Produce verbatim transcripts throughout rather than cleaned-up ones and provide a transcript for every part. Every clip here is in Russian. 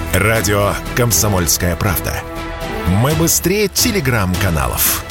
Радио «Комсомольская правда». Мы быстрее телеграм-каналов.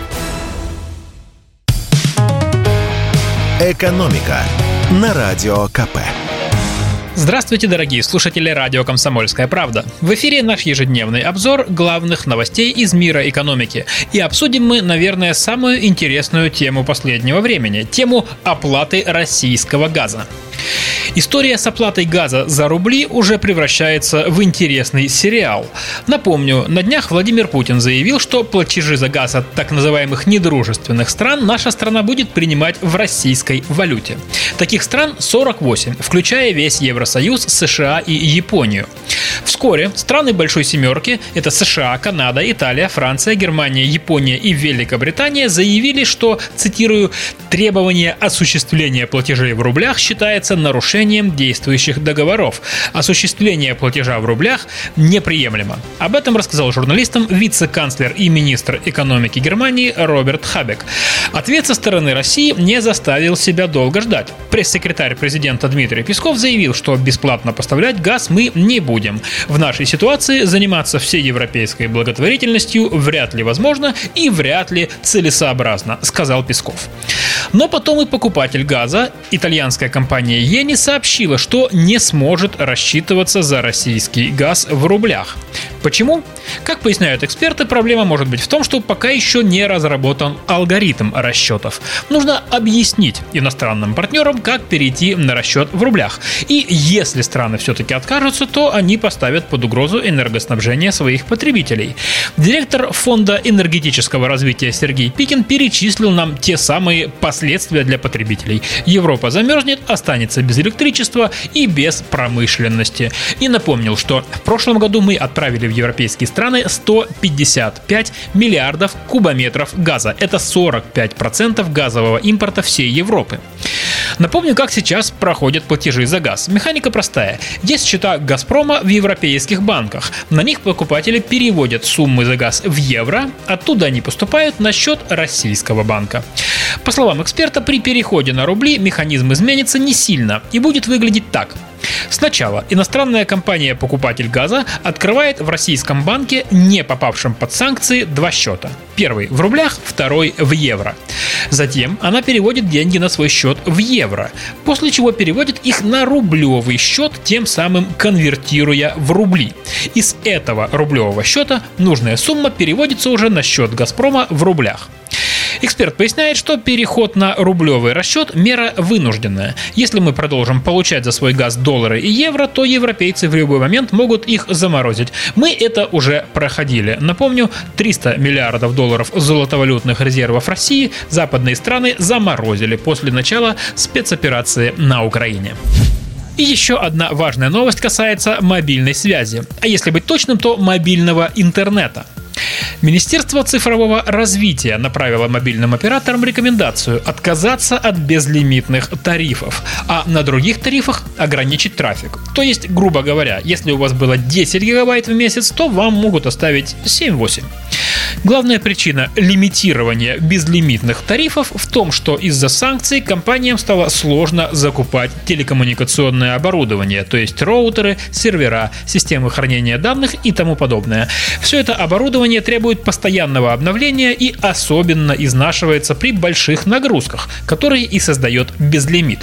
«Экономика» на Радио КП. Здравствуйте, дорогие слушатели радио «Комсомольская правда». В эфире наш ежедневный обзор главных новостей из мира экономики. И обсудим мы, наверное, самую интересную тему последнего времени – тему оплаты российского газа. История с оплатой газа за рубли уже превращается в интересный сериал. Напомню, на днях Владимир Путин заявил, что платежи за газ от так называемых недружественных стран наша страна будет принимать в российской валюте. Таких стран сорок восемь, включая весь Евросоюз, США и Японию. Вскоре страны Большой Семерки – это США, Канада, Италия, Франция, Германия, Япония и Великобритания – заявили, что, цитирую, «требование осуществления платежей в рублях считается нарушением действующих договоров. Осуществление платежа в рублях неприемлемо». Об этом рассказал журналистам вице-канцлер и министр экономики Германии Роберт Хабек. Ответ со стороны России не заставил себя долго ждать. Пресс-секретарь президента Дмитрий Песков заявил, что бесплатно поставлять газ мы не будем. В нашей ситуации заниматься всей европейской благотворительностью вряд ли возможно и вряд ли целесообразно, сказал Песков. Но потом и покупатель газа, итальянская компания Eni, сообщила, что не сможет рассчитываться за российский газ в рублях. Почему? Как поясняют эксперты, проблема может быть в том, что пока еще не разработан алгоритм расчетов. Нужно объяснить иностранным партнерам, как перейти на расчет в рублях. И если страны все-таки откажутся, то они поставят под угрозу энергоснабжение своих потребителей. Директор Фонда энергетического развития Сергей Пикин перечислил нам те самые последствия для потребителей. Европа замерзнет, останется без электричества и без промышленности. И напомнил, что в прошлом году мы отправили в европейские страны сто пятьдесят пять миллиардов кубометров газа. Это сорок пять процентов газового импорта всей Европы. Напомню, как сейчас проходят платежи за газ. Механика простая. Есть счета «Газпрома» в европейских банках. На них покупатели переводят суммы за газ в евро, оттуда они поступают на счет российского банка. По словам эксперта, при переходе на рубли механизм изменится не сильно и будет выглядеть так. Сначала иностранная компания-покупатель газа открывает в российском банке, не попавшем под санкции, два счета. Первый в рублях, второй в евро. Затем она переводит деньги на свой счет в евро, после чего переводит их на рублевый счет, тем самым конвертируя в рубли. Из этого рублевого счета нужная сумма переводится уже на счет «Газпрома» в рублях. Эксперт поясняет, что переход на рублевый расчет – мера вынужденная. Если мы продолжим получать за свой газ доллары и евро, то европейцы в любой момент могут их заморозить. Мы это уже проходили. Напомню, триста миллиардов долларов золотовалютных резервов России западные страны заморозили после начала спецоперации на Украине. И еще одна важная новость касается мобильной связи. А если быть точным, то мобильного интернета. Министерство цифрового развития направило мобильным операторам рекомендацию отказаться от безлимитных тарифов, а на других тарифах ограничить трафик. То есть, грубо говоря, если у вас было десять гигабайт в месяц, то вам могут оставить семь-восемь. Главная причина лимитирования безлимитных тарифов в том, что из-за санкций компаниям стало сложно закупать телекоммуникационное оборудование, то есть роутеры, сервера, системы хранения данных и тому подобное. Все это оборудование требует постоянного обновления и особенно изнашивается при больших нагрузках, которые и создает безлимит.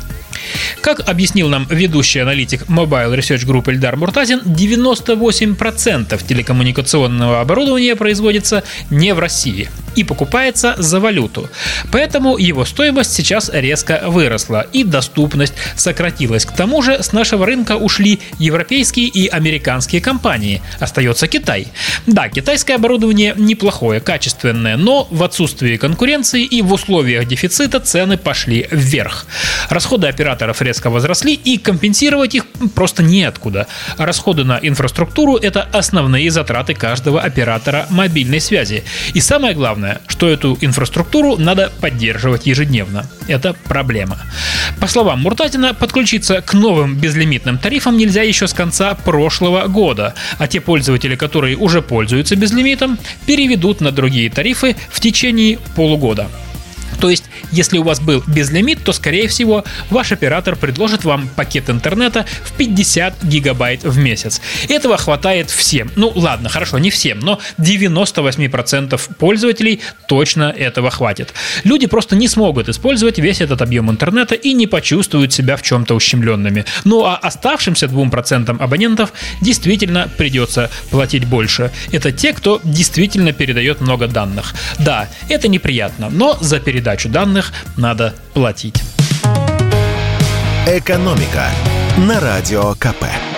Как объяснил нам ведущий аналитик Mobile Research Group Эльдар Муртазин, девяносто восемь процентов телекоммуникационного оборудования производится не в России и покупается за валюту. Поэтому его стоимость сейчас резко выросла и доступность сократилась. К тому же с нашего рынка ушли европейские и американские компании. Остается Китай. Да, китайское оборудование неплохое, качественное, но в отсутствии конкуренции и в условиях дефицита цены пошли вверх. Расходы операторов резко возросли и компенсировать их просто неоткуда. Расходы на инфраструктуру – это основные затраты каждого оператора мобильной связи. И самое главное, что эту инфраструктуру надо поддерживать ежедневно. Это проблема. По словам Муртазина, подключиться к новым безлимитным тарифам нельзя еще с конца прошлого года, а те пользователи, которые уже пользуются безлимитом, переведут на другие тарифы в течение полугода. То есть, если у вас был безлимит, то, скорее всего, ваш оператор предложит вам пакет интернета в пятьдесят гигабайт в месяц. Этого хватает всем. Ну ладно, хорошо, не всем, но девяносто восемь процентов пользователей точно этого хватит. Люди просто не смогут использовать весь этот объем интернета и не почувствуют себя в чем-то ущемленными. Ну а оставшимся двум процентам абонентов действительно придется платить больше. Это те, кто действительно передает много данных. Да, это неприятно, но за передачу данных надо платить. Экономика на Радио ка пэ.